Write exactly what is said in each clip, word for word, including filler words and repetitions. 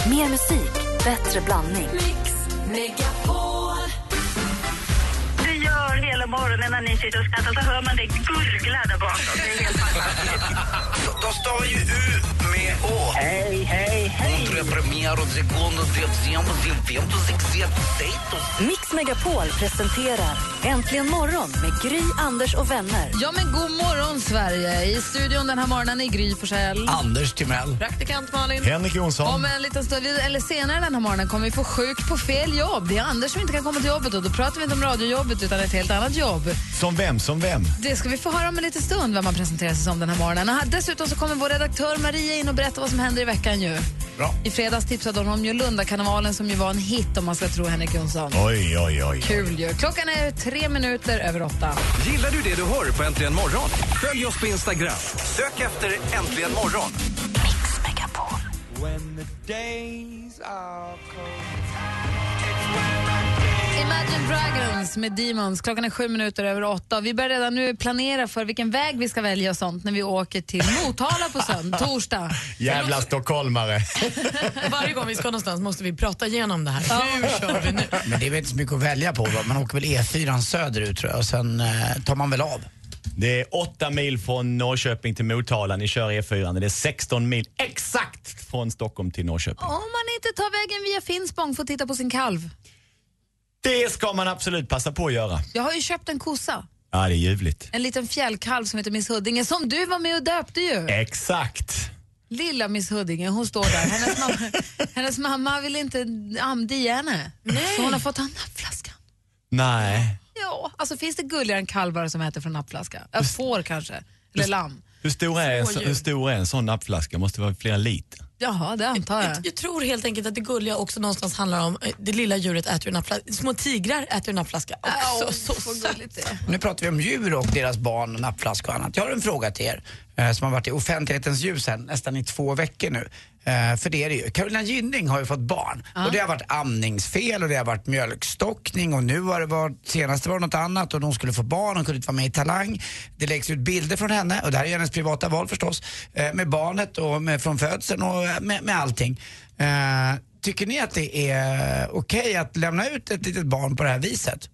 Mer musik, bättre blandning. Mix Megapol. Det gör hela morgonen när ni sitter och skrattar, så hör man det gurgla där bakom. Det är helt fantastiskt. De stavar ju U med Å. Hej, hej, hej. Mix Megapol presenterar Äntligen morgon med Gry, Anders och vänner. Ja, men god morgon Sverige. I studion den här morgonen är Gry Forssell, Anders Timell, praktikant Malin, Henrik Jonsson. Om en liten stund, eller senare den här morgonen, kommer vi få sjuk på fel jobb. Det är Anders som inte kan komma till jobbet, och då pratar vi inte om radiojobbet utan ett helt annat jobb. Som vem, som vem? Det ska vi få höra om en liten stund, vad man presenterar sig som den här morgonen. Och dessutom så kommer vår redaktör Maria in och berätta vad som händer i veckan ju. Bra. I fredags tipsade hon om Jolunda-karnevalen som ju var en hit om man ska tro Henrik Jonsson. Oj, oj, oj. Kul ju. Klockan är tre minuter över åtta. Gillar du det du hör på Äntligen morgon? Följ oss på Instagram. Sök efter Äntligen morgon. Mix Megapol. Imagine Dragons med Demons. Klockan är sju minuter över åtta. Vi börjar redan nu planera för vilken väg vi ska välja och sånt när vi åker till Motala på söndag, torsdag. Jävla stockholmare. Varje gång vi ska någonstans måste vi prata igenom det här. Ja. Hur kör vi nu? Men det är väl inte så mycket att välja på, va? Man åker väl E fyra söderut tror jag, och sen eh, tar man väl av. Det är åtta mil från Norrköping till Motala. Ni kör E fyra. Det är sexton mil exakt från Stockholm till Norrköping. Om man inte tar vägen via Finspång för att titta på sin kalv. Det ska man absolut passa på att göra. Jag har ju köpt en kossa. Ja, det är ljuvligt. En liten fjällkalv som heter Miss Huddinge, som du var med och döpte ju. Exakt. Lilla Miss Huddinge, hon står där. Hennes mamma, hennes mamma vill inte amdia henne. Nej. Så hon har fått ta nappflaskan. Nej. Ja, alltså finns det gulligare än kalvar som äter från nappflaska? Jag får kanske, eller hur, lamm. Hur stor, är en, hur stor är en sån nappflaska? Måste vara flera liter. Jaha, det antar jag. jag. Jag tror helt enkelt att det gulliga också någonstans handlar om det lilla djuret äter en nappflaska. Små tigrar äter en nappflaska också. Oh, så så gulligt det. Nu pratar vi om djur och deras barn och nappflaskor och annat. Jag har en fråga till er eh, som har varit i offentlighetens ljus här nästan i två veckor nu. Eh, för det är det ju. Carolina Gynning har ju fått barn. Ah. Och det har varit amningsfel och det har varit mjölkstockning och nu var det varit, senast var det något annat och de skulle få barn, de kunde inte vara med i Talang. Det läggs ut bilder från henne och det här är hennes privata val förstås. Eh, med barnet och med, från födseln och med, med allting. Eh, tycker ni att det är okej okay att lämna ut ett litet barn på det här viset?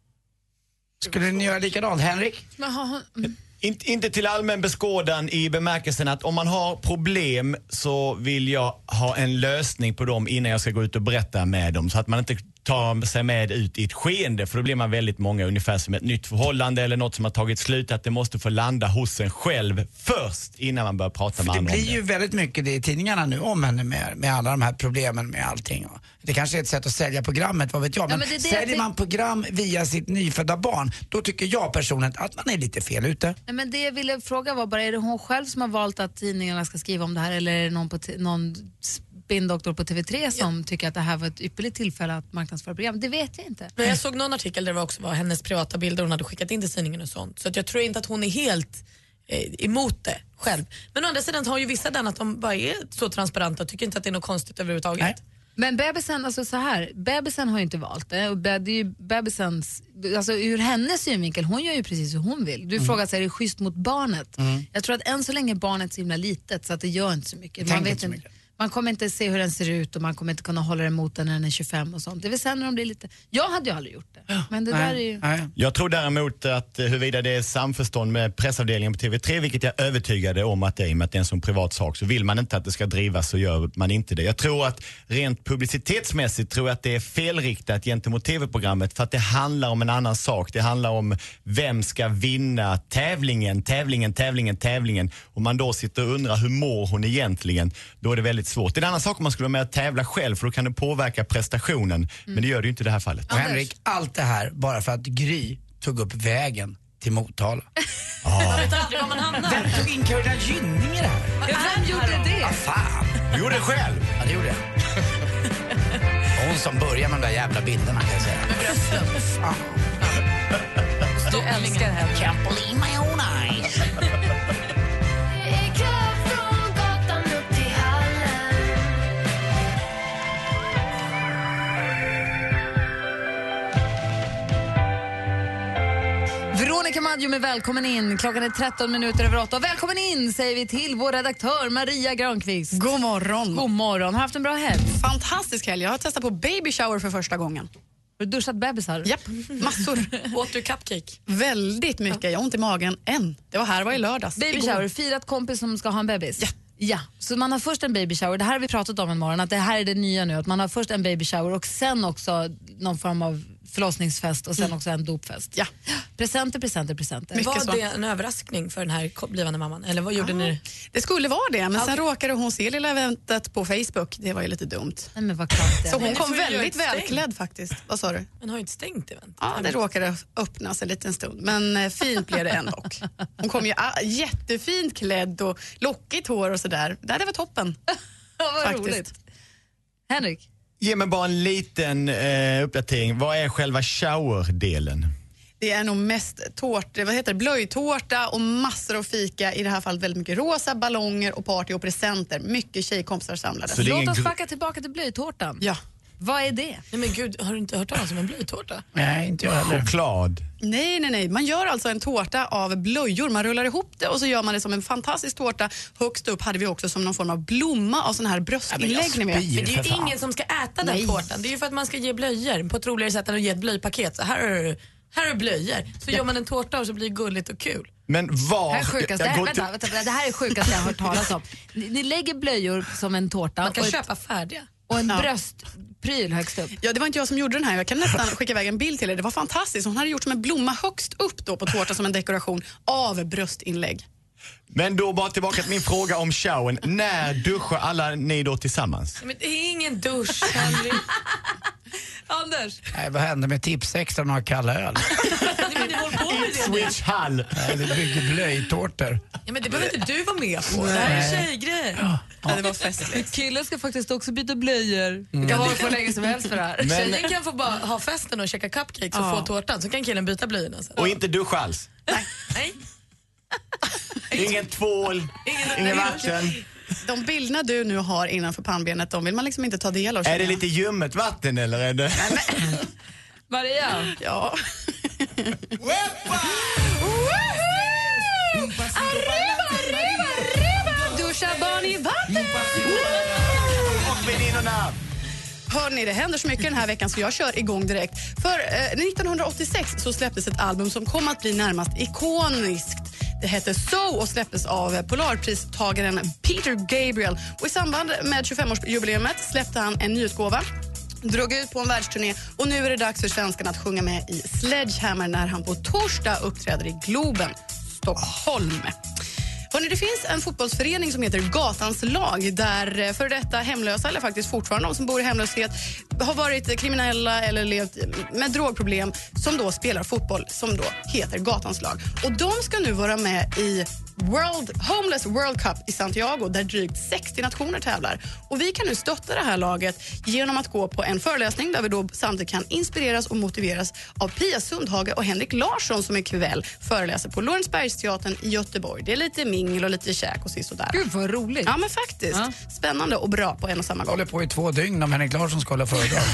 Skulle ni göra likadant, Henrik? Mm. Inte, inte till allmän beskådan i bemärkelsen att om man har problem så vill jag ha en lösning på dem innan jag ska gå ut och berätta med dem. Så att man inte tar sig med ut i ett skeende, för då blir man väldigt många ungefär som ett nytt förhållande eller något som har tagit slut, att det måste få landa hos en själv först innan man börjar prata med andra om det. Det blir ju väldigt mycket det i tidningarna nu om henne med, med alla de här problemen med allting. Det kanske är ett sätt att sälja programmet, vad vet jag. Men, ja, men det, det, säljer man program via sitt nyfödda barn, då tycker jag personligen att man är lite fel ute. Nej, men det jag ville fråga var bara, är det hon själv som har valt att tidningarna ska skriva om det här, eller är det någon, på t- någon spindoktor på T V tre som ja. tycker att det här var ett ypperligt tillfälle att marknadsföra program? Det vet jag inte. Men jag såg någon artikel där det också var hennes privata bilder hon hade skickat in till tidningen och sånt. Så att jag tror inte att hon är helt eh, emot det själv. Men å andra sidan har ju vissa den att de bara är så transparenta och tycker inte att det är något konstigt överhuvudtaget. Nej. Men bebisen, alltså så här, bebisen har ju inte valt det. Och det är ju bebisens, alltså ur hennes synvinkel, hon gör ju precis hur hon vill. Du mm. frågar sig, är det schysst mot barnet? Mm. Jag tror att än så länge barnet är så himla litet så att det gör inte så mycket. Man vet inte, man kommer inte se hur den ser ut och man kommer inte kunna hålla den mot den när den är tjugofem och sånt. Det vill säga när de blir lite... Jag hade ju aldrig gjort det. Men det nej, där är ju... nej. Jag tror däremot att huruvida det är samförstånd med pressavdelningen på T V tre, vilket jag är övertygade om att det är, i och med att det är en sån privat sak, så vill man inte att det ska drivas så gör man inte det. Jag tror att rent publicitetsmässigt tror jag att det är felriktat gentemot tv-programmet, för att det handlar om en annan sak. Det handlar om vem ska vinna tävlingen, tävlingen, tävlingen, tävlingen. Om man då sitter och undrar hur mår hon egentligen, då är det väldigt svårt. Det är en annan sak om man skulle vara med att tävla själv, för då kan det påverka prestationen. Mm. Men det gör det ju inte i det här fallet. Och Henrik, allt det här bara för att Gry tog upp vägen till Motala. Man vet aldrig var man hamnar. Vem tog in Carolina Gynning i det här? Ja, vem gjorde det? Vad fan? Du gjorde det själv? Ja, det gjorde jag. Hon som börjar med de där jävla bilderna, kan jag säga. Med brösten. Fan. Du älskar henne. Can't believe my own eyes. Veronica Maggio med välkommen in. Klockan är tretton minuter över åtta. Välkommen in säger vi till vår redaktör Maria Granqvist. God morgon. God morgon. Har haft en bra helg? Fantastisk helg. Jag har testat på baby shower för första gången. Har du duschat bebisar? Japp, massor. Åt du cupcake? Väldigt mycket. Jag har ont i magen än. Det var här, var i lördags. Baby igår. shower, firat kompis som ska ha en bebis? Ja. Ja, så man har först en baby shower. Det här har vi pratat om en morgon, att det här är det nya nu. Att man har först en baby shower och sen också någon form av förlossningsfest och sen mm. också en dopfest. Ja. Presenter, presenter, presenter. Men var så. det en överraskning för den här blivande mamman? Eller vad gjorde ah, ni? Det skulle vara det, men ah, sen okay. råkade hon se lilla eventet på Facebook. Det var ju lite dumt. Nej, men vad klart det. Så hon men kom får ju väldigt göra ett välklädd faktiskt. Vad sa du? Men har ju inte stängt event. Ja, det råkade öppnas en liten stund. Men eh, fint blev det ändå. Hon kom ju ah, jättefint klädd och lockigt hår och sådär. Det där var toppen. Vad faktiskt. roligt. Henrik? Ge mig bara en liten eh, uppdatering. Vad är själva showerdelen? Det är nog mest tårta, vad heter det, blöjtårta och massor av fika. I det här fallet väldigt mycket rosa, ballonger och party och presenter. Mycket tjejkompisar samlade. Så det är Låt ingen oss gr- backa tillbaka till blöjtårtan. Ja. Vad är det? Nej men gud, har du inte hört talas om en blöjtårta? Nej, inte jag heller. Choklad. Nej, nej, nej. Man gör alltså en tårta av blöjor. Man rullar ihop det och så gör man det som en fantastisk tårta. Högst upp hade vi också som någon form av blomma av sån här bröstinlägg. Ja, ni vet. Men det är ju ingen som ska äta den Nej. tårtan. Det är ju för att man ska ge blöjor på ett roligare sätt än att ge ett blöjpaket. Så här är det. Här är blöjor. Så gör man en tårta och så blir det gulligt och kul. Men Det var... här är sjukaste, jag går vänta, vänta, det här är sjukaste jag har hört talas om. Ni, ni lägger blöjor som en tårta Man kan och, ett, köpa färdiga. och en Ja. bröstpryl högst upp. Ja, det var inte jag som gjorde den här. Jag kan nästan skicka iväg en bild till er. Det var fantastiskt. Hon hade gjort som en blomma högst upp då på tårta som en dekoration av bröstinlägg. Men då bara tillbaka till min fråga om showern. När duschar alla ni då tillsammans? Men det är ingen dusch, Henrik. Anders? Nej, vad hände med Tipsextra och några kalla öl? Nej, men ni håller på med det. Switch Hall. Nej, det bygger blöjtårtor. Ja, men det behöver inte du vara med på. Det här är en tjejgrej. Ja, det var festligt. Killen ska faktiskt också byta blöjor. Det kan vara för länge som helst för det här. Men- Tjejen kan få bara ha festen och käka cupcakes och Ja. få tårtan. Så kan killen byta blöjorna sen. Och inte duscha alls? Nej. Ingen tvål, Ingen, ingen vatten. De bilderna du nu har innanför pannbenet, de vill man liksom inte ta del av. Är känner det jag. lite ljummet vatten eller är det... Maria? Ja. Duscha barn i vatten! Och väninnorna. Hörrni, det händer så mycket den här veckan så jag kör igång direkt. För eh, nittonhundraåttiosex så släpptes ett album som kom att bli närmast ikoniskt. Det hette So och släpptes av Polarpristagaren Peter Gabriel. Och i samband med tjugofemårsjubileumet släppte han en nyutgåva, drog ut på en världsturné och nu är det dags för svenskarna att sjunga med i Sledgehammer när han på torsdag uppträder i Globen, Stockholm. Hörrni, det finns en fotbollsförening som heter Gatans lag där för detta hemlösa, eller faktiskt fortfarande de som bor i hemlöshet, har varit kriminella eller levt med drogproblem som då spelar fotboll som då heter Gatans lag. Och de ska nu vara med i World Homeless World Cup i Santiago där drygt sextio nationer tävlar. Och vi kan nu stötta det här laget genom att gå på en föreläsning där vi då samtidigt kan inspireras och motiveras av Pia Sundhage och Henrik Larsson som ikväll föreläser på Lorensbergsteatern i Göteborg. Det är lite mingel och lite käk och sådär. Gud vad roligt. Ja men faktiskt. Ja. Spännande och bra på en och samma gång. Håller på i två dygn om Henrik Larsson ska hålla föredrag.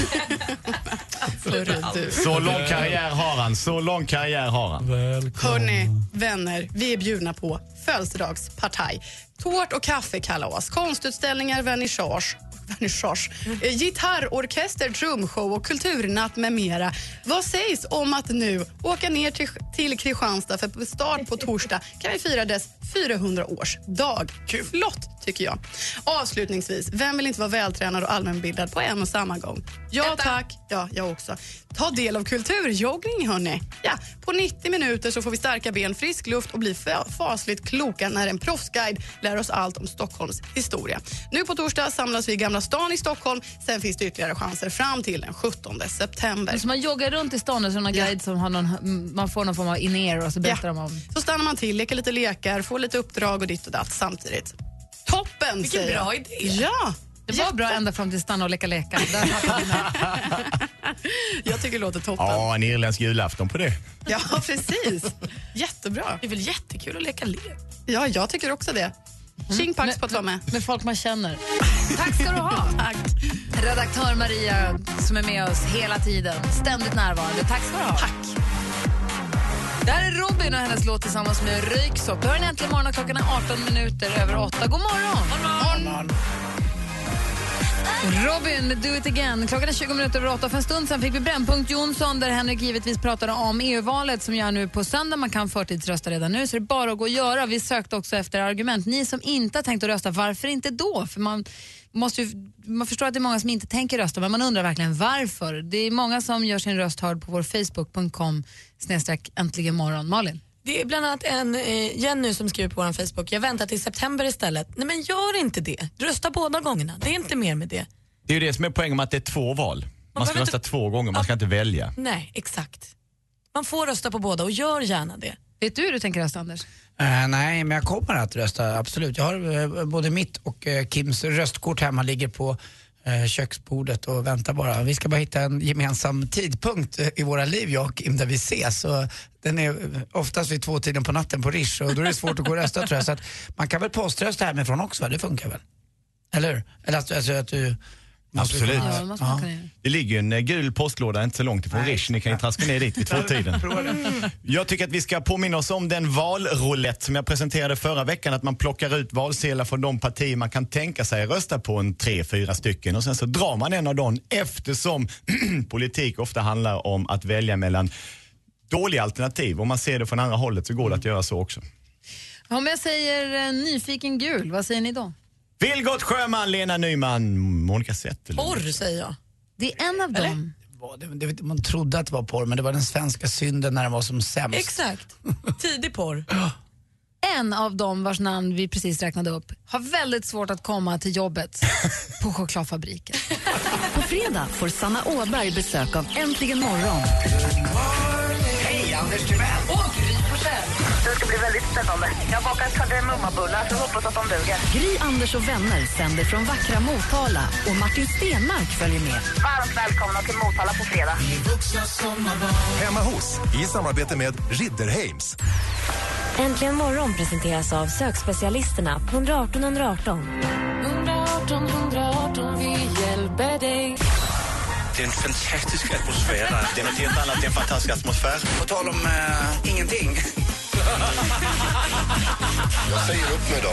Du. Så lång karriär har han, så lång karriär har han. Hörni, vänner, vi är bjudna på födelsedagspartaj. Tårt och kaffekalas, konstutställningar, vernissage, vernissage eh, gitarrorkester, trumshow och kulturnatt med mera. Vad sägs om att nu åka ner till, till Kristianstad för på start på torsdag kan vi fira dess fyrahundraårsdag. Flott, tycker jag. Avslutningsvis, vem vill inte vara vältränad och allmänbildad på en och samma gång? Ja, tack. Ja, jag också. Ta del av kulturjoggning, hörni. Ja, på nittio minuter så får vi starka ben, frisk luft och bli fasligt kloka när en proffsguide lär oss allt om Stockholms historia. Nu på torsdag samlas vi i Gamla stan i Stockholm. Sen finns det ytterligare chanser fram till den sjuttonde september. Så man joggar runt i stan och så är det någon Ja. guide som har någon, man får någon form av in-ear och så berättar Ja. de om... Så stannar man till, leker lite lekar, får lite uppdrag och ditt och datt samtidigt. Toppen, Vilken säger jag. bra idé. Ja, Det var bra ända fram till stanna och leka lekar. Där hackade vi med. jag tycker det låter toppen. Ja, en irländsk julafton på det. Ja, precis. Jättebra. Det är väl jättekul att leka lek. Ja, jag tycker också det. Tjingpax på att vara med. Med folk man känner. Tack ska du ha. Tack. Redaktör Maria som är med oss hela tiden. Ständigt närvarande. Tack ska du ha. Tack. Det här är Robin och hennes låt tillsammans med Röyksopp. Du har en äntligen morgon och klockan är arton minuter över åtta. God morgon! God morgon! Robin, do it again. Klockan är tjugo minuter över åtta. För en stund sedan fick vi Brännpunkt Jonsson där Henrik givetvis pratade om E U-valet som gör nu på söndag. Man kan förtidsrösta redan nu så det är bara att gå och göra. Vi sökte också efter argument. Ni som inte har tänkt att rösta, varför inte då? För man måste ju, man förstår att det är många som inte tänker rösta, men man undrar verkligen varför. Det är många som gör sin röst hörd på vår facebook punkt com snedstreck äntligen morgon. Malin? Det är bland annat en eh, Jenny som skriver på vår Facebook. Jag väntar till september istället. Nej men gör inte det. Rösta båda gångerna. Det är inte mer med det. Det är ju det som är poängen med att det är två val. Man ska rösta inte... två gånger, man ska inte välja. Nej, exakt. Man får rösta på båda och gör gärna det. Vet du hur du tänker rösta, Anders? Uh, nej, men jag kommer att rösta, absolut. Jag har uh, både mitt och uh, Kims röstkort hemma, ligger på uh, köksbordet och väntar bara. Vi ska bara hitta en gemensam tidpunkt uh, i våra liv, jag och Kim, där vi ses. Så den är oftast vid två tiden på natten på Rish och då är det svårt att gå och rösta, tror jag. Så att man kan väl poströsta hemifrån också, va? Det funkar väl? Eller? Eller alltså, alltså att du... Absolut. Ja, ja. Det ligger ju en gul postlåda inte så långt ifrån Rish. Ni kan ju traska ner dit vid tvåtiden. Jag tycker att vi ska påminna oss om den valroulette som jag presenterade förra veckan. Att man plockar ut valsedlar från de partier man kan tänka sig rösta på, en tre, fyra stycken. Och sen så drar man en av dem, eftersom politik ofta handlar om att välja mellan dåliga alternativ. Om man ser det från andra hållet så går det att göra så också. Om jag säger uh, nyfiken gul, vad säger ni då? Vilgot Sjöman, Lena Nyman, Monica Zetterlund. Porr, säger jag. Det är en av Eller? dem. Det, det, man trodde att det var porr, men det var den svenska synden när den var som sämst. Exakt. Tidig porr. En av dem vars namn vi precis räknade upp har väldigt svårt att komma till jobbet på chokladfabriken. På fredag får Sanna Åberg besök av Äntligen morgon. Hej, Anders Timell! Och Gry Forssell. Det ska bli väldigt spännande. Jag bakar kardemummabullar så hoppas att de duger. Gry, Anders och vänner sänder från vackra Motala och Martin Stenmark följer med. Varmt välkomna till Motala på fredag. Hemma hos, i samarbete med Ridderheims. Äntligen morgon presenteras av sökspecialisterna på ett ett åtta ett ett åtta. ett åtta ett ett, vi hjälper dig. Det är en fantastisk atmosfär. Det är något helt annat, det är en fantastisk atmosfär. På tal om uh, ingenting. Jag säger upp mig då.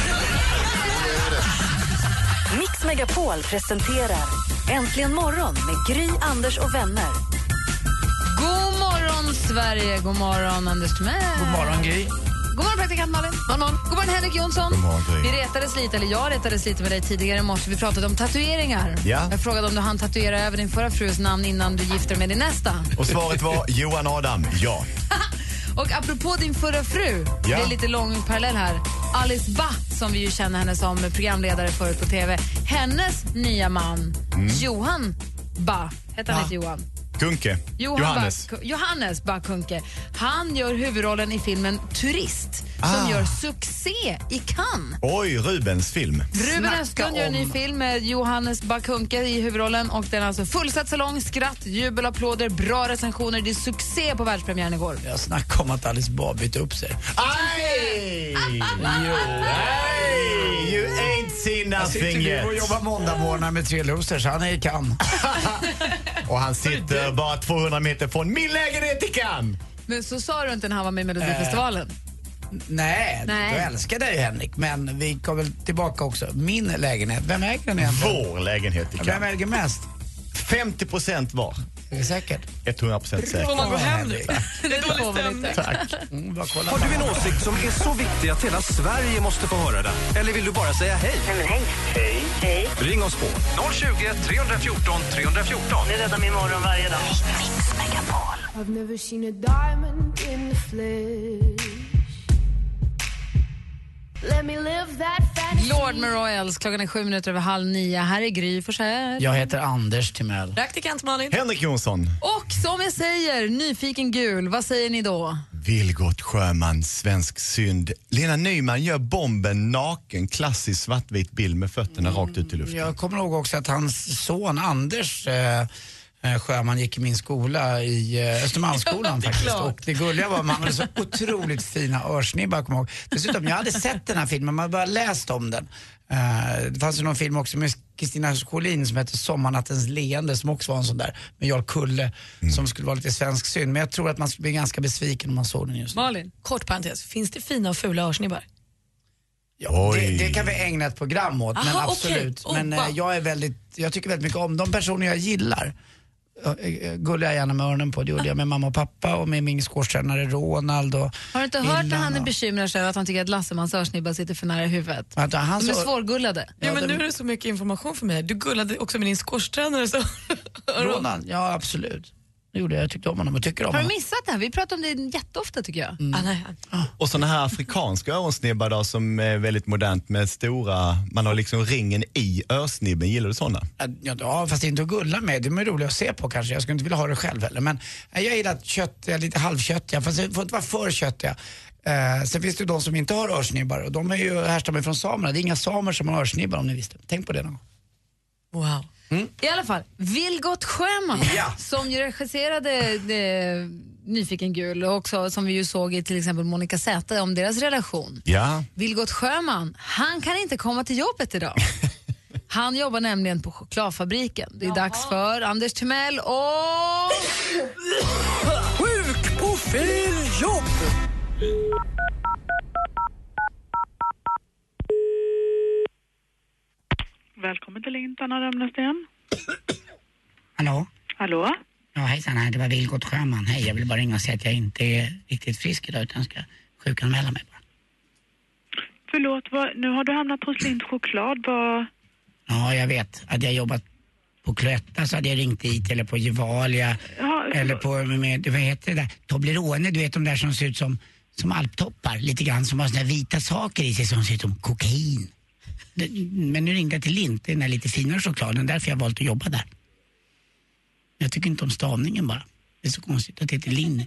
Mix Megapol presenterar Äntligen morgon med Gry, Anders och vänner. God morgon Sverige, god morgon Anders Timell. God morgon Gry. God morgon praktikant Malin. God morgon. God morgon Henrik Jonsson. God morgon, Gry. Vi retades lite, eller jag retades lite med dig tidigare i morse. Vi pratade om tatueringar. Ja. Jag frågade om du hann tatuera över din förra frus namn innan du gifte dig med din nästa. Och svaret var Johan Adam, ja. Och apropå din förra fru, Ja. det är lite lång parallell här. Alice Bah, som vi ju känner henne som programledare förut på T V. Hennes nya man, mm. Johan Bah, heter han Ja. inte Johan? Kunke, Johan Johannes. Bah, Johannes Bah Kunke. Han gör huvudrollen i filmen Turist som Ah. gör succé i Cannes. Oj, Rubens film. Ruben Snacka Östlund gör en ny om. film med Johannes Bah Kunke i huvudrollen och den är alltså fullsatt salong, skratt, jubel, applåder, bra recensioner. Det är succé på världspremiären igår. Jag snackade om att Alice Bah bytte upp sig. Aj! Jo, hey, you ain't seen Jag nothing sitter yet. nu och jobbar måndag morgon med tre losers. Han är i Cannes. Och han sitter bara tvåhundra meter från min lägenhet i Cannes. Men så sa du inte när han var med i Melodifestivalen. Nej, Nej. jag älskar dig Henrik. Men vi kommer tillbaka också. Min lägenhet. Vem äger den egentligen? Vår lägenhet i Vem Cannes. äger mest? femtio procent var. Är det säkert? hundra procent säkert. Får man gå hem nu? Henrik. Det får man inte. Tack. Mm, bara kolla Har du en åsikt som är så viktig att hela Sverige måste få höra den? Eller vill du bara säga hej? Hej. Hej. Hej. Ring oss på noll tjugo, tre fjorton, tre fjorton. Ni räddar min morgon varje dag. Mix Megapol. I've never seen a diamond in the flesh. Let me live that fantasy. Lord med Royals, klockan är sju minuter över halv nio. Här är Gry Forssell. Jag heter Anders Timell. Praktikant Malin. Henrik Jonsson. Och som jag säger, nyfiken gul, vad säger ni då? Vilgot Sjöman, svensk synd. Lena Nyman gör bomben naken, klassisk svartvit bild med fötterna rakt ut i luften. Jag kommer ihåg också att hans son Anders eh, Sjöman gick i min skola i eh, Östermalmsskolan faktiskt. klart. Och det gulliga var att man hade så otroligt fina örsnibbar, kommer jag ihåg. Dessutom, jag hade sett den här filmen, man hade bara läst om den. Uh, det fanns ju någon film också med Kristina Scholin som heter Sommarnattens leende, som också var en sån där med Jarl Kulle, mm. som skulle vara lite svensk syn. Men jag tror att man skulle bli ganska besviken om man såg den just nu. Malin, kort parentes, finns det fina och fula örsnibbar? Ja, det, det kan vi ägna ett program åt. Aha, men absolut. Okay. Oh, men wow. jag är väldigt, jag tycker väldigt mycket om de personer jag gillar. Gullar jag gärna med öronen på. Det gjorde jag med mamma och pappa och med min skorstränare Ronald och har du inte hört när han är bekymrad över att han tycker att Lassemans örsnibbar sitter för nära huvudet? Att han de är så... svårgullade. Ja, men nu är det så mycket information för mig. Du gullade också med din skorstränare. Så... Ronald, ja absolut. Det gjorde jag, jag tyckte om honom och tycker om honom. Har du missat det här? Vi pratar om det jätteofta tycker jag. Mm. Ah, nej. Ah. Och såna här afrikanska öronsnibbar då, som är väldigt modernt med stora, man har liksom ringen i örsnibben. Gillar du sådana? Ja, ja fast inte att gulla med. Det är roligt att se på kanske. Jag skulle inte vilja ha det själv heller. Men jag gillar kött, lite halvköttiga, fast det får inte vara för köttiga. Uh, sen finns det de som inte har örsnibbar och de är ju härstammar från samerna. Det är inga samer som har örsnibbar om ni visste. Tänk på det någon gång. Wow. Mm. I alla fall, Vilgot Sjöman ja. som ju regisserade det, Nyfiken gul och också som vi ju såg i till exempel Monica Zäta om deras relation. Ja. Vilgot Sjöman, han kan inte komma till jobbet idag. Han jobbar nämligen på chokladfabriken. Det är Jaha. dags för Anders Timell och... Sjuk på fel jobb! Välkommen till Lintan och Römnesten. Hallå? Hallå? Ja, hejsan, det var Vilgot Sjöman. Hej, jag vill bara ringa och säga att jag inte är riktigt frisk idag utan ska sjukanmäla mig bara. Förlåt, vad, nu har du hamnat hos Lind choklad. Vad... Ja, jag vet. Hade jag jobbat på Cloetta så hade jag ringt dit eller på Gevalia ja, eller på, med, vad heter det där? Toblerone, du vet de där som ser ut som, som alptoppar. Lite grann som har såna vita saker i sig som ser ut som kokain. Men nu ringde jag till Lind, den är lite finare chokladen, därför jag har valt att jobba där. Jag tycker inte om stavningen bara. Det är så konstigt att det heter Lind.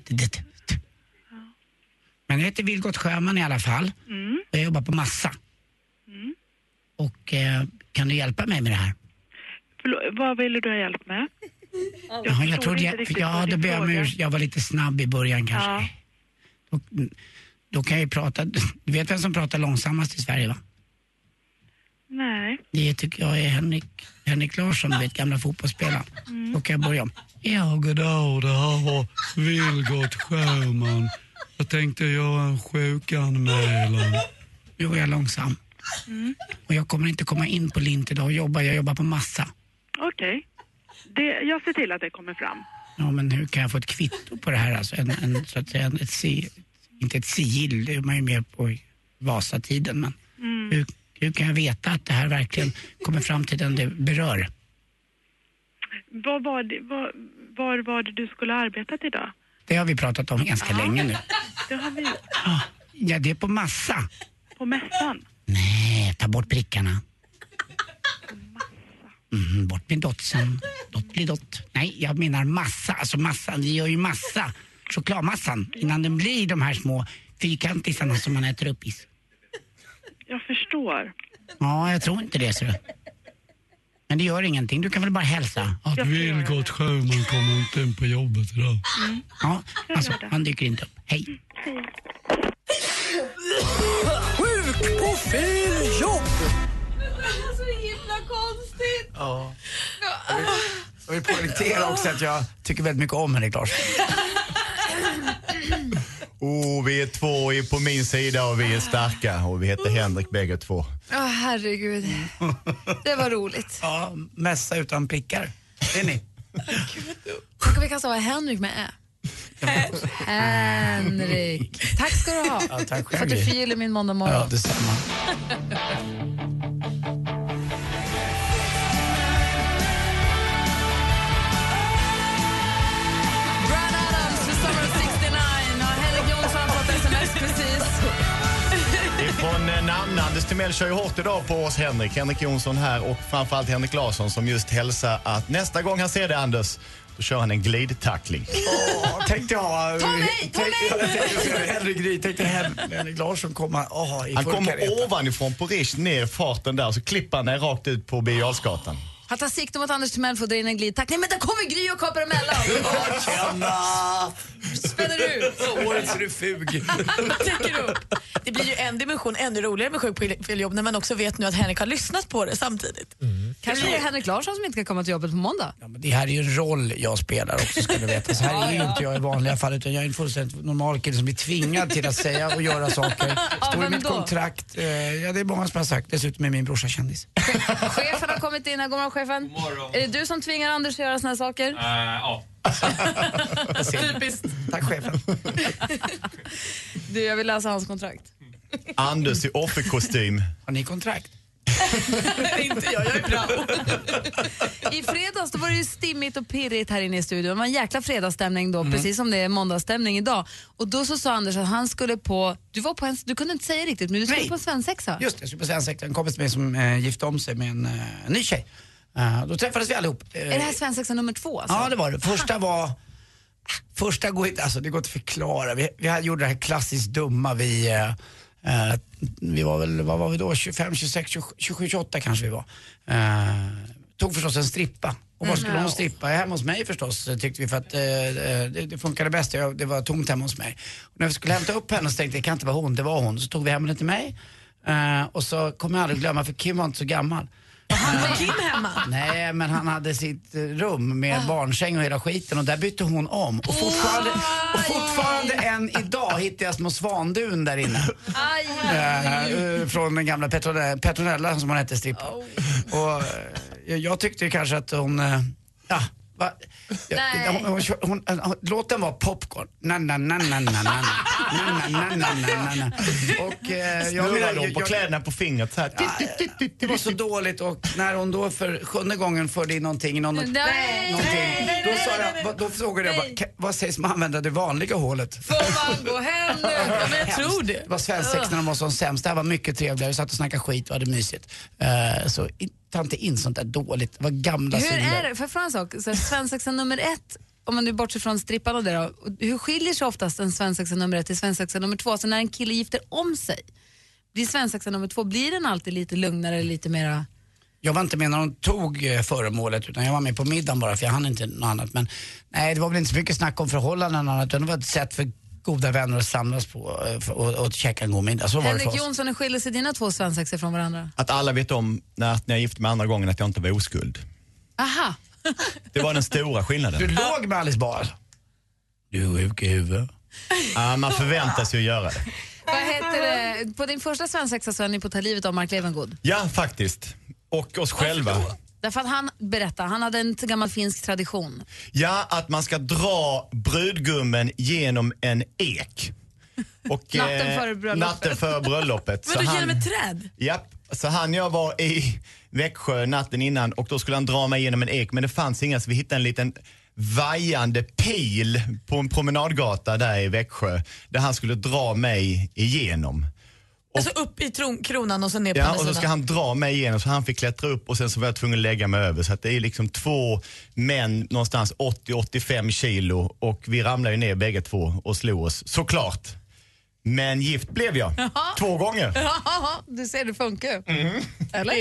Men jag heter Vilgot Sjöman i alla fall. Mm. Och jag jobbar på massa. Mm. Och eh, kan du hjälpa mig med det här? Förlåt, vad vill du ha hjälp med? Jag ja, jag trodde jag, ja, det ber jag, jag var lite snabb i början kanske. Ja. Då, då kan jag ju prata, du vet vem som pratar långsammast i Sverige va? Nej. Det tycker jag är Henrik, Henrik Larsson, du vet, gamla fotbollsspelaren. Mm. Då kan jag börja om. Ja, goddag, det här var Vilgot Sjöman. Jag tänkte göra en sjukanmälan. Nu var jag långsam. Mm. Och jag kommer inte komma in på Lind idag och jobba. Jag jobbar på massa. Okej. Okay. Jag ser till att det kommer fram. Ja, men hur kan jag få ett kvitto på det här? Alltså en, en, så att säga, ett si, inte ett sigill, det är man ju med på i Vasatiden. Men mm. hur, hur kan jag veta att det här verkligen kommer fram till den det berör? Vad var det, var, var var det du skulle arbetat idag? Det har vi pratat om ganska ah. länge nu. Det har vi gjort. Ah, ja, det är på massa. På mässan? Nej, ta bort prickarna. Mm, bort med dotsen. Dott blir dott. Nej, jag menar massa. Alltså massan, vi gör ju massa. Chokladmassan. Innan den blir de här små fyrkantisarna som man äter upp i. Jag förstår. Ja, jag tror inte det, så. Men det gör ingenting. Du kan väl bara hälsa. Att Vilgot Sjöman kommer inte in på jobbet idag. Mm. Ja, alltså, han dyker inte upp. Hej. Mm. Hej. Sjuk på fel jobb! Så himla konstigt. Ja. Jag vill, jag vill poängtera också att jag tycker väldigt mycket om Henrik Larsson. Oh, vi är två på min sida och vi är starka och vi heter Henrik bägge två. Ja, oh, herregud. Det var roligt. Ja, mässa utan prickar. Det är ni. Då kan vi kasta vad Henrik med är. Henrik. Tack ska du ha. Ja, tack själv. För att du förgyller min måndag morgon. Ja, detsamma. Bryan Adams för Summer sextionio. Och Henrik Jonsson har fått sms precis. Från namn Anders Timell kör ju hårt idag på oss Henrik. Henrik Jonsson här och framförallt Henrik Larsson som just hälsar att nästa gång han ser det Anders, då kör han en glidtackling. Åh, tänkte jag... Ta mig, ta mig! Henrik Gry, tänkte Henrik Larsson komma oh, i han kommer kareta. ovanifrån på Rish ner farten där och så klippar han ner rakt ut på Birger Jarlsgatan. Han tar sikte mot Anders Timell för att dra in en glidtack. Nej, men där kommer Gry och kapar emellan. Tjena! Spänner du? Årets refug. Täcker upp. Det blir ju en dimension ännu roligare med Sjuk på fel jobb när man också vet nu att Henrik har lyssnat på det samtidigt. Mm. Kanske det är Henrik Larsson som inte kan komma till jobbet på måndag. Ja, men det här är ju en roll jag spelar också, ska du veta. Så här är ju inte jag i vanliga fall, utan jag är en fullständigt normal kille som blir tvingad till att säga och göra saker. Står i mitt kontrakt. Eh, ja, det är många som har sagt. Dessutom är min brorsa kändis. Chefen har kommit in här. God morgon, chefen. God morgon. Är det du som tvingar Anders att göra såna här saker? Uh, ja. Typiskt. Tack, chefen. Du, jag vill läsa hans kontrakt. Anders i offerkostym. Har ni kontrakt? Inte jag, jag är bra. I fredags då var det ju stimmigt och pirrigt här inne i studion. Det var en jäkla fredagsstämning då, mm. precis som det är måndagsstämning idag. Och då så sa Anders att han skulle på, du var på en, du kunde inte säga riktigt, men du skulle Nej. på en svensexa. Just det, jag skulle på svensexa. En kompis med som äh, gifte om sig med en äh, ny tjej. Uh, då träffades vi allihop. Uh, är det här svensexa nummer två? Alltså? Ja, det var det. Första var... Första går inte, alltså det går inte att förklara. Vi, vi gjorde det här klassiskt dumma. Vi, uh, vi var väl, vad var vi då? tjugofem, tjugosex, tjugosju, tjugoåtta kanske vi var. Uh, tog förstås en strippa. Och var skulle mm. hon strippa? Hemma hos mig förstås, tyckte vi, för att uh, det, det funkade bäst. Jag, det var tomt hemma hos mig. Och när vi skulle hämta upp henne så tänkte jag, det kan inte vara hon, det var hon. Så tog vi hem henne till mig. Uh, och så kommer jag aldrig glömma, för Kim var inte så gammal. Han var Kim hemma? Nej, men han hade sitt rum med ah. barnsäng och hela skiten, och där bytte hon om. Och fortfarande, oh, och fortfarande än idag hittar jag små svandun där inne. Aj, aj. Uh, från den gamla Petronella, Petronella som hon hette, strippa. Oh. Och uh, jag tyckte kanske att hon... Uh, ja, va, ja, hon, hon, hon, hon, låten var popcorn. Na, na, na, na, na, na, na, na, na, na, na. Och eh, jag menar de på jag, kläderna på fingret så här. Ja, det var så dåligt, och när hon då för sjunde gången förde in någonting, någon, nej, någonting nej, då sa jag, då frågade jag bara, vad sägs man använda det vanliga hålet? Får man gå hem nu? Ja, men jag tror det. Det var svensex när de var som sämst. Det här var mycket trevligare. Vi satt och snackade skit och hade mysigt. Uh, så ta inte in sånt där dåligt. Det var gamla Hur synder. är det? För en sak, svensexa nummer ett, om man nu bortser från strippan och det då, hur skiljer sig oftast en svensexa nummer ett till svensexa nummer två? Så när en kille gifter om sig, blir svensexa nummer två, blir den alltid lite lugnare, lite mera... Jag var inte med när de tog föremålet, utan jag var med på middagen bara, för jag hann inte något annat. Men nej, det var väl inte så mycket snack om förhållanden och annat, utan det var ett sätt för goda vänner att samlas på och, och, och käka en god middag. Så var Henrik det för oss. Jonsson, hur skiljer sig dina två svensexor från varandra? Att alla vet om när, när jag gifte mig andra gången att jag inte var oskuld. Aha. Det var den stora skillnaden. Du låg med Alice Bar. Du är sjuk i huvudet. Ja, man förväntas ju göra det. Vad heter det? På din första svensexa så är ni på Ta livet av Mark Levengood. Ja, faktiskt. Och oss själva. Därför att han berättar, han hade en gammal finsk tradition. Ja, att man ska dra brudgummen genom en ek. Och, natten före bröllopet. Natten före bröllopet. Men du genom ett träd? Ja, så han jag var i Växjö natten innan, och då skulle han dra mig genom en ek, men det fanns inga, så vi hittade en liten vajande pil på en promenadgata där i Växjö där han skulle dra mig igenom. Och, alltså upp i tron, kronan och så ner på ja, andra och så ska han dra mig igenom, så han fick klättra upp, och sen så var jag tvungen att lägga mig över. Så att det är liksom två män någonstans åttio till åttiofem kilo, och vi ramlade ju ner bägge två och slog oss, såklart. Men gift blev jag. Jaha. Två gånger. Jaha, du ser, det funkar. Mm. Eller?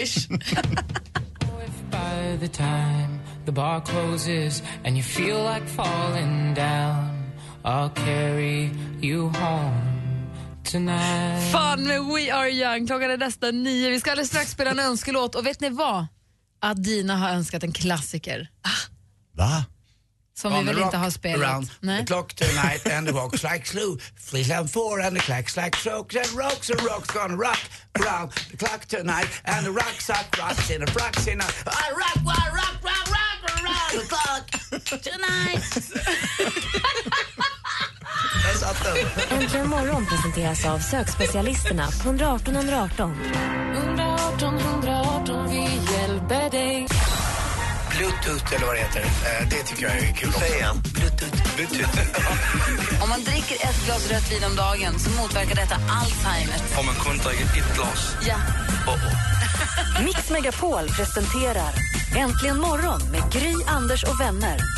By the time the bar closes and you feel like falling down, I'll carry you home tonight. Fan med We Are Young. Klockan är nästan nio. Vi ska alldeles strax spela en önskelåt. Och vet ni vad? Att Dina har önskat en klassiker. Ah. Va? Som vi väl inte har spelat. Around the clock tonight and the rocks like slew. Fleece and four and the clacks like strokes and rocks and rocks gonna rock around the clock tonight and the rocks are rocks in the rocks in a I rock, I rock, rock, rock around the clock tonight. Äntligen morgon presenteras av sökspecialisterna på ett ett åtta ett ett åtta. ett åtta ett ett åtta, vi hjälper dig. Bluetooth eller vad det heter, det tycker jag är kul också. Bluetooth. Bluetooth. Om man dricker ett glas rött vin om dagen så motverkar detta Alzheimer. Om man kun dricker ett glas? Ja. Oh, oh. Mix Megapol presenterar Äntligen morgon med Gry, Anders och vänner.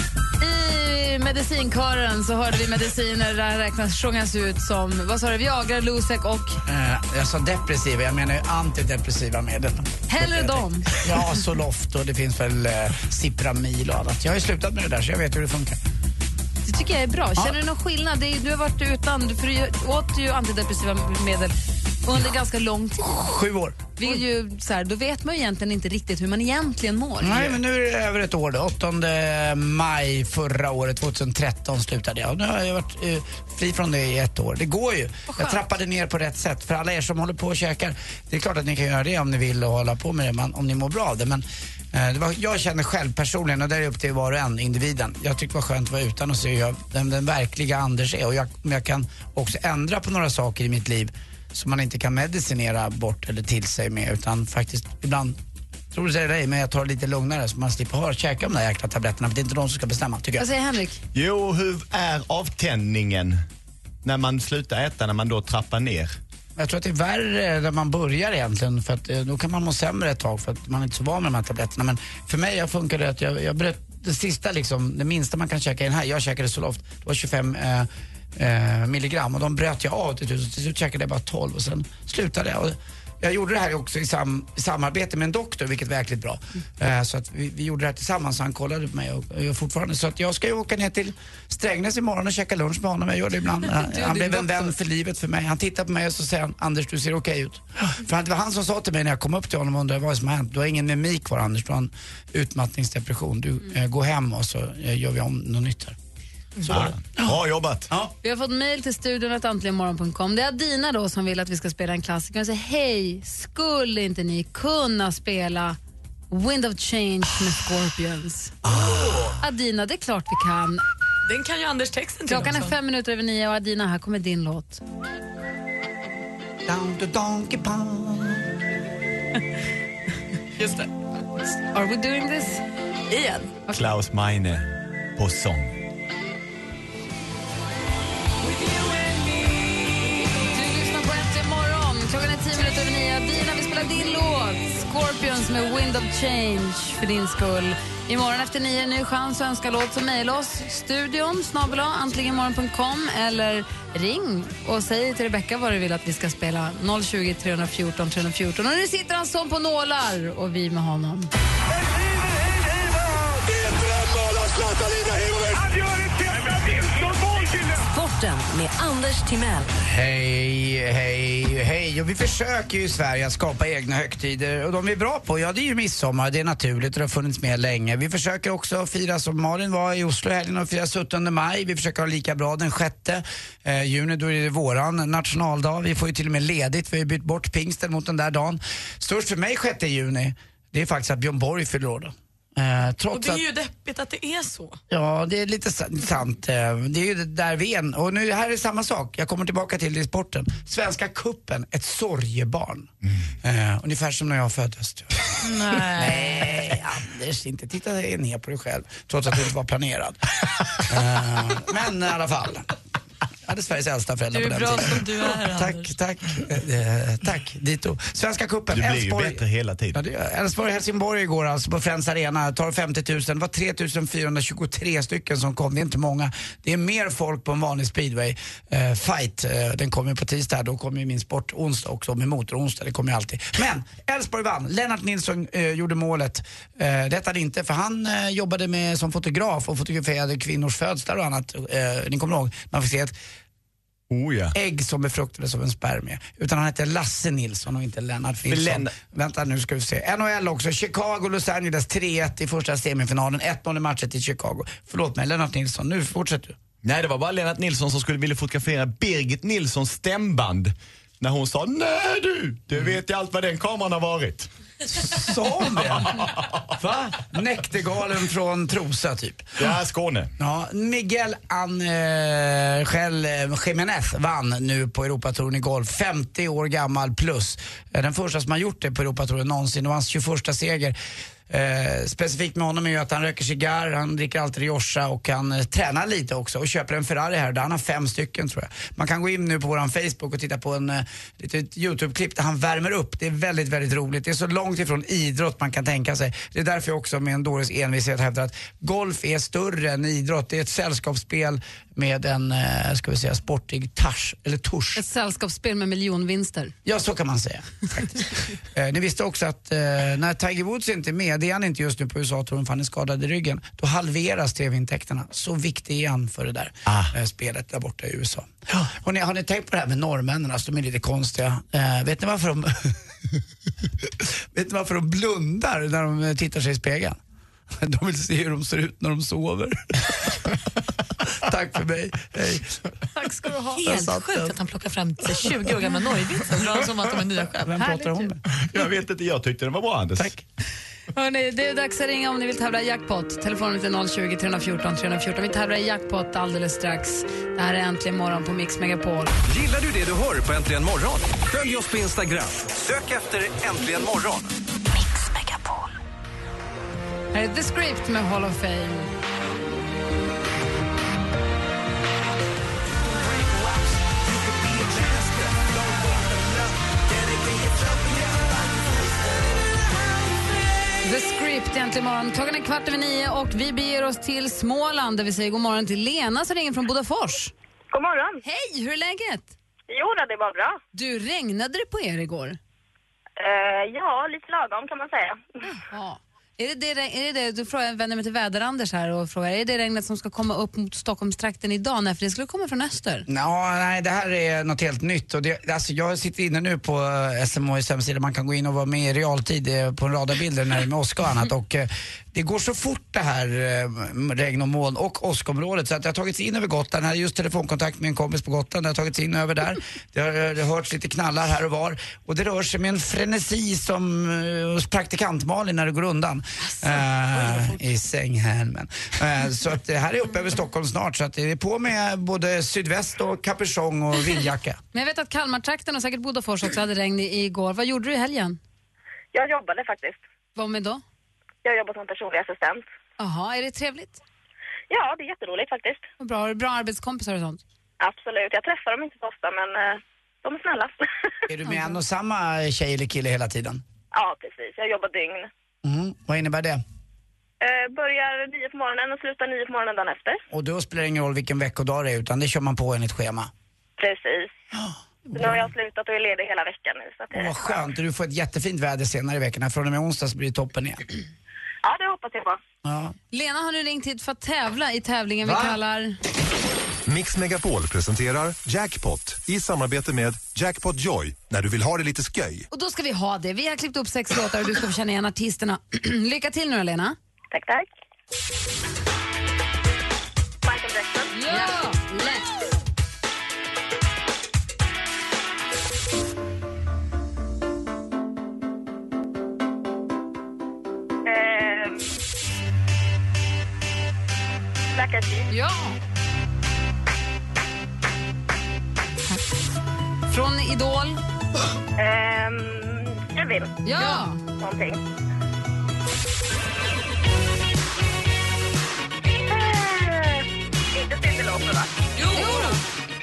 I medicinkören så hörde vi mediciner där räknas sjungas ut som, vad sa du, Viagra, Losec och? Eh, jag sa depressiva, jag menar ju antidepressiva medel. Hellre dem? Ja, Zoloft och det finns väl eh, Cipramil och annat. Jag har ju slutat med det där så jag vet hur det funkar. Det tycker jag är bra. Känner du någon skillnad? Det är, du har varit utan, för du åt ju antidepressiva medel under ganska lång tid. Sju år. Vi är ju, så här, då vet man ju egentligen inte riktigt hur man egentligen mår. Nej, men nu är det över ett år då. åttonde maj förra året, tjugohundratretton slutade jag. Och nu har jag varit eh, fri från det i ett år. Det går ju. Jag trappade ner på rätt sätt. För alla er som håller på och käkar, det är klart att ni kan göra det om ni vill och hålla på med det, man, om ni mår bra av det. Men eh, det var, jag känner själv personligen, och där är det upp till var och en, individen. Jag tyckte det var skönt att vara utan och se jag, den, den verkliga Anders är. Och jag, jag kan också ändra på några saker i mitt liv som man inte kan medicinera bort eller till sig med, utan faktiskt ibland, tror du säger dig, men jag tar det lite lugnare så man slipper ha käka de där jäkla tabletterna, för det är inte de som ska bestämma, tycker jag. Vad säger Henrik? Jo, hur är avtändningen när man slutar äta, när man då trappar ner? Jag tror att det är värre när man börjar egentligen, för att då kan man må sämre ett tag för att man är inte så van med de här tabletterna. Men för mig jag funkar det att jag, jag bröt det sista liksom, det minsta man kan käka i den här, jag käkade Zoloft, det var tjugofem eh, Eh, milligram och de bröt jag av till slut, till slut käkade jag bara tolv och sen slutade jag. Och jag gjorde det här också i, sam, i samarbete med en doktor, vilket var verkligen bra. Mm. Eh, så att vi, vi gjorde det här tillsammans, så han kollade på mig och, och jag fortfarande. Så att jag ska ju åka ner till Strängnäs imorgon och käka lunch med honom. Jag gör det ibland. Han, han blev en vän för livet för mig. Han tittar på mig och så säger han, Anders, du ser okej ut. För det var han som sa till mig när jag kom upp till honom och undrade vad som har hänt. Du har ingen mimik kvar, Anders, du har en utmattningsdepression. Du, mm. eh, gå hem och så eh, gör vi om något nytt här. Så ah, bra jobbat. Ja. Vi har fått mejl till studion at antligenmorgon punkt com. Det är Adina då som vill att vi ska spela en klassiker. Och säger, hej, skulle inte ni kunna spela Wind of Change med Scorpions? Oh. Adina, det är klart vi kan. Den kan ju Anders texten till. Klockan är fem minuter över nio och Adina, här kommer din låt. Down the donkey pond. Just det. Are we doing this? Igen. Okay. Klaus Meine på sång. Klockan är tio minuter över nio. Dina, vi spelar din låt. Scorpions med Wind of Change för din skull. Imorgon efter nio, ny chans att önska låt, så mejla oss. Studion, snabel a, antligenmorgon punkt com eller ring och säg till Rebecca vad du vill att vi ska spela. noll tjugo, tre fjorton, tre fjorton. Och nu sitter han som på nålar och vi med honom. Sporten med Anders Timell. Hej, hej, hej. Och vi försöker ju i Sverige att skapa egna högtider. Och de är bra på, ja det är ju midsommar, det är naturligt och det har funnits med länge. Vi försöker också fira som Malin var i Oslo helgen och fira sjuttonde maj. Vi försöker ha lika bra den sjätte eh, juni, då är det våran nationaldag. Vi får ju till och med ledigt, vi har ju bytt bort pingsten mot den där dagen. Störst för mig sjätte juni, det är faktiskt att Björn Borg fyller år då. Eh, trots och det är ju att, deppigt att det är så. Ja, det är lite sant. Det är ju där vi är. Och nu här är samma sak. Jag kommer tillbaka till det i sporten. Svenska kuppen, ett sorgebarn. Mm. Eh, ungefär som när jag föddes. Nej. Nej, Anders, inte titta ner på dig själv. Trots att det inte var planerad. eh, men i alla fall. Jag hade Sveriges äldsta föräldrar på den tiden. Du är bra som du är, Tack, Anders. tack. Eh, tack, dito. Svenska cupen. Du blir Älvsborg, ju bättre hela tiden. Ja, Älvsborg-Helsingborg igår alltså på Friends Arena. Tar femtio tusen. Det var tre tusen fyrahundratjugotre stycken som kom. Det är inte många. Det är mer folk på en vanlig speedway. Eh, fight, eh, den kommer ju på tisdag. Då kommer ju min sport onsdag också med motor onsdag. Det kommer ju alltid. Men Älvsborg vann. Lennart Nilsson eh, gjorde målet. Eh, detta hade inte, för han eh, jobbade med som fotograf och fotograferade kvinnors födslar och annat. Eh, ni kommer ihåg, man får se ett Oh, ja. ägg som befruktades av en spermie. Utan han heter Lasse Nilsson och inte Lennart Nilsson. Len- Vänta nu ska vi se. N H L också. Chicago, Los Angeles tre ett i första semifinalen. ett noll i matchen till Chicago. Förlåt mig, Lennart Nilsson. Nu fortsätter du. Nej, det var bara Lennart Nilsson som skulle vilja fotografera Birgit Nilssons stämband. När hon sa, nej du, du vet ju allt vad den kameran har varit. Sa hon det? Va? Näktergalen från Trosa typ. Ja, Skåne. Ja, Miguel Angel Jiménez vann nu på Europatouren i golf. femtio år gammal plus. Den första som har gjort det på Europatouren någonsin. Det var hans tjugoförsta seger. eh, specifikt med honom är ju att han röker cigarr, han dricker alltid Rioja och han eh, tränar lite också och köper en Ferrari här där han har fem stycken tror jag. Man kan gå in nu på våran Facebook och titta på en eh, litet YouTube-klipp där han värmer upp. Det är väldigt, väldigt roligt. Det är så långt ifrån idrott man kan tänka sig. Det är därför jag också med en dåres envishet hävdar att golf är större än idrott. Det är ett sällskapsspel med en, eh, ska vi säga, sportig tars, eller tusch. Ett sällskapsspel med miljonvinster. Ja, så kan man säga. Faktiskt. eh, ni visste också att eh, när Tiger Woods inte är med, det är han inte just nu på U S A-touren för han är skadad i ryggen, då halveras tv-intäkterna. Så viktig är han för det där ah. eh, spelet där borta i U S A. Ja. Och ni, har ni tänkt på det här med norrmännen? Alltså, de är lite konstiga. Eh, vet ni varför de vet ni varför de blundar när de tittar sig i spegeln? De vill se hur de ser ut när de sover. Tack för mig. Hej. Tack ska du ha. Helt sjukt att han plockar fram tjugo år gamla Norrvitsar som att de är nya själv. Vem pratar om det? Jag vet inte, jag tyckte det var bra, Anders. Tack. Hörrni, det är dags att ringa om ni vill tävla i jackpot. Telefonen är noll tjugo, tre fjorton, tre fjorton. Vi tävlar i jackpot alldeles strax. Det här är Äntligen morgon på Mix Megapol. Gillar du det du hör på Äntligen morgon? Följ oss på Instagram. Sök efter Äntligen morgon. Mix Megapol. Här är The Script med Hall of Fame. The Script, egentligen morgon. Klockan är kvart över nio och vi beger oss till Småland där vi säger god morgon till Lena som ringer från Bodafors. God morgon. Hej, hur är läget? Jo, det var bra. Du, regnade det på er igår? Uh, ja, lite lagom kan man säga. Ja. Är det det, är det, det du frågar, jag vänder mig till väder-Anders här och frågar, är det regnet som ska komma upp mot Stockholmstrakten idag? Nej, för det skulle komma från öster. Ja, nej, det här är något helt nytt. Och det, alltså, jag sitter inne nu på S M H:s hemsida, man kan gå in och vara med i realtid på en radarbilder när det är med åska och annat. Och eh, det går så fort det här eh, regn och moln och åskområdet så att jag har tagits in över Gotland. Jag hade just telefonkontakt med en kompis på Gotland, jag har tagits in över där. Det har, det har hörts lite knallar här och var. Och det rör sig med en frenesi som eh, hos praktikant Malin när det går undan. Uh, i sänghelmen. Uh, så att det här är uppe över Stockholm snart så att det är på med både sydväst och kapuschong och vindjacka. Men jag vet att Kalmartrakten och säkert Bodafors också hade regn i- igår. Vad gjorde du i helgen? Jag jobbade faktiskt. Vad med då? Jag jobbar som personlig assistent. Jaha, är det trevligt? Ja, det är jätteroligt faktiskt. Vad bra, har du bra arbetskompisar och sånt? Absolut, jag träffar dem inte så ofta men uh, de är snälla. Är du med en och samma tjej eller kille hela tiden? Ja, precis. Jag jobbar dygn. Mm. Vad innebär det? Uh, börjar nio på morgonen och slutar nio på morgonen dagen efter. Och då spelar det ingen roll vilken veckodag det är utan det kör man på enligt schema. Precis. Nu har jag slutat och är ledig hela veckan nu. Så att det Åh, vad skönt, du får ett jättefint väder senare i veckan. Från och med onsdag så blir det toppen igen. Ja, det hoppas jag på. Ja. Lena har nu ringt hit för att tävla i tävlingen Va? vi kallar... Mix Megapol presenterar Jackpot i samarbete med Jackpot Joy när du vill ha det lite sköj. Och då ska vi ha det. Vi har klippt upp sex låtar och du ska få känna igen artisterna. Lycka till nu, Lena. Tack, tack. Michael Jackson. Ja, lätt. Eh, Black Eyed Peas. Ja. Från Idol. Ehm, Kevin. Ja. Någonting. Eh, inte Cyndi Lauper, va? Jo. jo.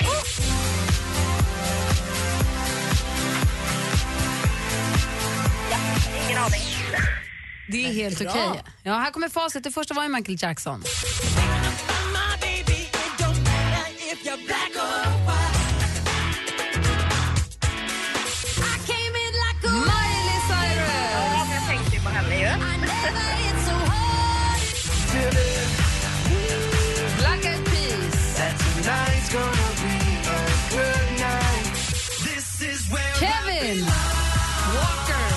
Ja, ingen aning. Det är helt okej. Okay. Ja, här kommer facit. Det första var ju Michael Jackson. Miley Cyrus. Ja, jag tänkte ju på henne ju. Black Eyed Peas. Kevin. Walker.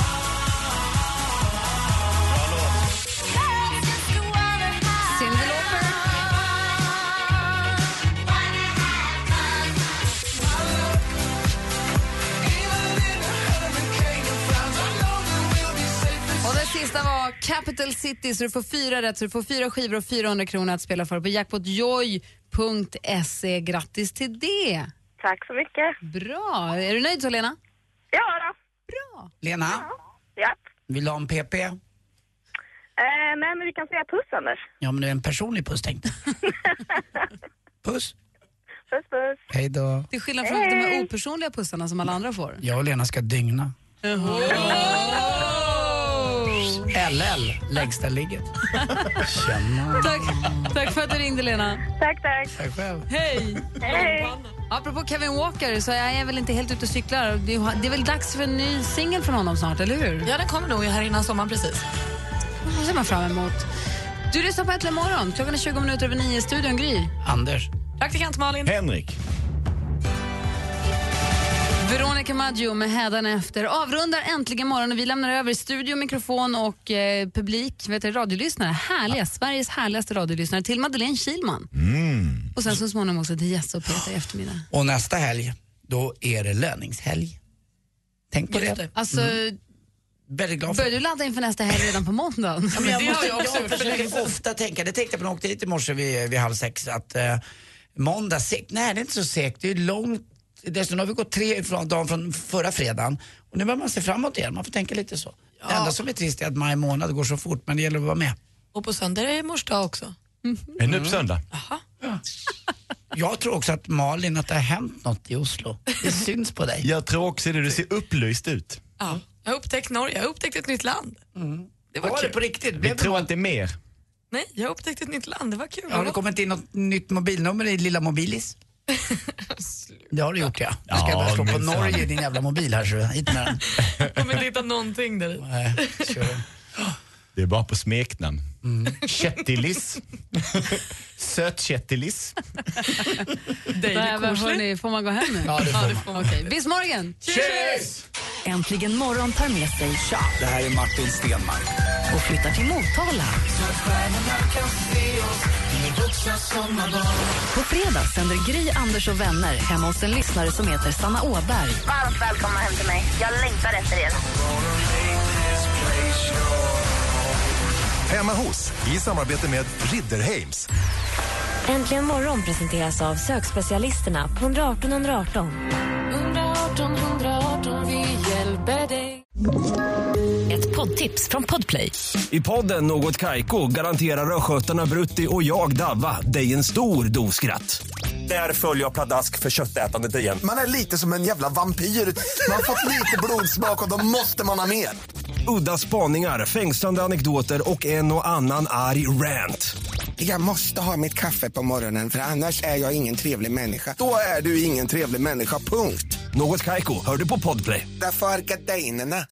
Cyndi Lauper. Och det sista var Capital City, så du får fyra rätt, så du får fyra skivor och fyrahundra kronor att spela för på jackpotjoy punkt se. Grattis till det! Tack så mycket. Bra! Är du nöjd så, Lena? Ja då. Bra! Lena, Ja. vill du ha en P P? Eh, nej, men vi kan säga puss, Anders. Ja, men det är en personlig puss, tänkte Puss. Puss, puss. Hej då. Till skillnad från de här opersonliga pussarna som alla andra får. Jag och Lena ska dygna. Oh. L L, lägsta ligget. Tjena. Tack, tack för att du ringde, Lena. Tack, tack. Tack själv. Hej. Hej. Apropå Kevin Walker så är jag väl inte helt ute och cyklar. Det är, det är väl dags för en ny singel från honom snart, eller hur? Ja, den kommer nog här innan sommaren precis. Det ser man fram emot. Du lyssnar på Äntligen morgon. Klockan är tjugo minuter över nio. Studion Gry. Anders. Praktikant Malin. Henrik. Veronica Maggio med Hädan efter avrundar Äntligen morgon och vi lämnar över studio, mikrofon och eh, publik, vet du, radiolyssnare, härliga, Sveriges härligaste radiolyssnare till Madeleine Kilman. Mm. Och sen så småningom också till Jesse och Peter i eftermiddag. Och nästa helg, då är det löningshelg. Tänk på Just det. det. Alltså, mm. Väldigt glad för. börjar du ladda inför nästa helg redan på måndagen? Ja, men jag, det måste, har jag också jag försöker ofta tänka, det tänkte jag på när jag åkte hit i morse vid, vid halv sex, att eh, måndag segt, nej det är inte så segt, det är långt. Dessutom har vi gått tre från dagen från förra fredagen och nu börjar man se framåt igen, man får tänka lite så. Ja. Det enda som är trist är att maj månad går så fort, men det gäller att vara med. Och på söndag är det mors dag också. Mm. Är det nu på söndag? Jaha. Ja. Jag tror också att Malin, att det har hänt något i Oslo. Det syns på dig. Jag tror också det, du ser upplyst ut. Ja, jag har upptäckt Norge, jag har upptäckt ett nytt land. Mm. Det var, var kul. det på riktigt? Vi tror att det är mer. Nej, jag har upptäckt ett nytt land, det var kul. Ja, har det kommit in något nytt mobilnummer i lilla Mobilis? Det har du gjort, ja. Du ska Ja, börja slå på minsann. Norge, din jävla mobil här, så hit med den. Jag kommer inte hitta någonting där i. Nej, kör. Det är bara på smeknamn. Mm. Kättilis. Sötkättilis. Där, hörni, får man gå hem nu? Ja, det får man. man. Okej, bis morgon! Cheers! Äntligen morgon tar med sig Tja, det här är Martin Stenmark. och flyttar till Motala. På fredag sänder Gry, Anders och vänner hemma hos en lyssnare som heter Sanna Åberg. Varmt välkomna hem till mig. Jag längtar efter er. Hemma hos, i samarbete med Ridderheims. Äntligen morgon presenteras av sökspecialisterna på ett ett åtta ett ett åtta. ett ett åtta ett åtta, vi hjälper dig. Ett poddtips från Podplay. I podden Något Kaiko garanterar östgötarna Brutti och jag Davva dig en stor dos skratt. Där följer jag pladask för köttätandet igen. Man är lite som en jävla vampyr. Man har fått lite blodsmak och då måste man ha mer. Udda spaningar, fängslande anekdoter och en och annan arg rant. Jag måste ha mitt kaffe på morgonen för annars är jag ingen trevlig människa. Då är du ingen trevlig människa, punkt. Något Kaiko, hör du på Podplay. Därför är gardinerna.